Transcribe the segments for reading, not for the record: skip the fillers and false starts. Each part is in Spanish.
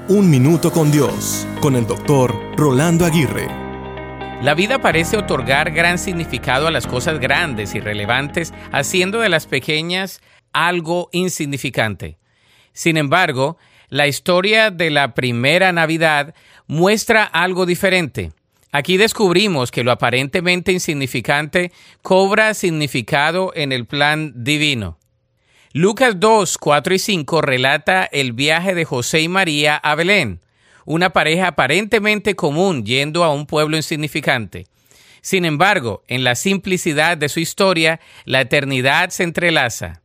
Un Minuto con Dios, con el Dr. Rolando Aguirre. La vida parece otorgar gran significado a las cosas grandes y relevantes, haciendo de las pequeñas algo insignificante. Sin embargo, la historia de la primera Navidad muestra algo diferente. Aquí descubrimos que lo aparentemente insignificante cobra significado en el plan divino. Lucas 2, 4 y 5 relata el viaje de José y María a Belén, una pareja aparentemente común yendo a un pueblo insignificante. Sin embargo, en la simplicidad de su historia, la eternidad se entrelaza.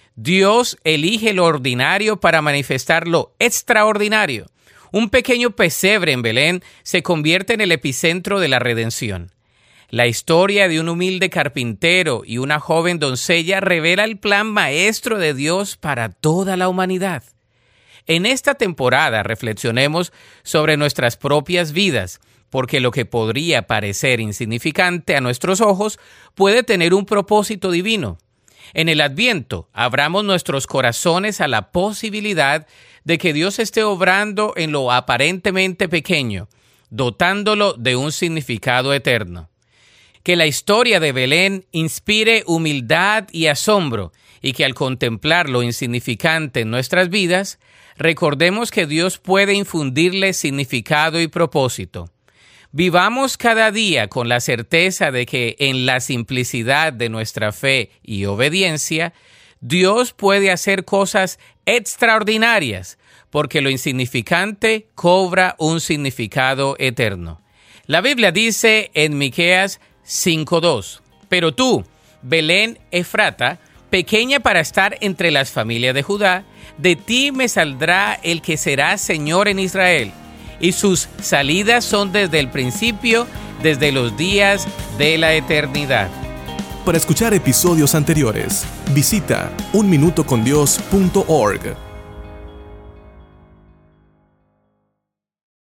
Dios elige lo ordinario para manifestar lo extraordinario. Un pequeño pesebre en Belén se convierte en el epicentro de la redención. La historia de un humilde carpintero y una joven doncella revela el plan maestro de Dios para toda la humanidad. En esta temporada reflexionemos sobre nuestras propias vidas, porque lo que podría parecer insignificante a nuestros ojos puede tener un propósito divino. En el Adviento, abramos nuestros corazones a la posibilidad de que Dios esté obrando en lo aparentemente pequeño, dotándolo de un significado eterno. Que la historia de Belén inspire humildad y asombro, y que al contemplar lo insignificante en nuestras vidas, recordemos que Dios puede infundirle significado y propósito. Vivamos cada día con la certeza de que en la simplicidad de nuestra fe y obediencia, Dios puede hacer cosas extraordinarias, porque lo insignificante cobra un significado eterno. La Biblia dice en Miqueas 5:2, pero tú, Belén Efrata, pequeña para estar entre las familias de Judá, de ti me saldrá el que será Señor en Israel, y sus salidas son desde el principio, desde los días de la eternidad. Para escuchar episodios anteriores, visita unminutocondios.org.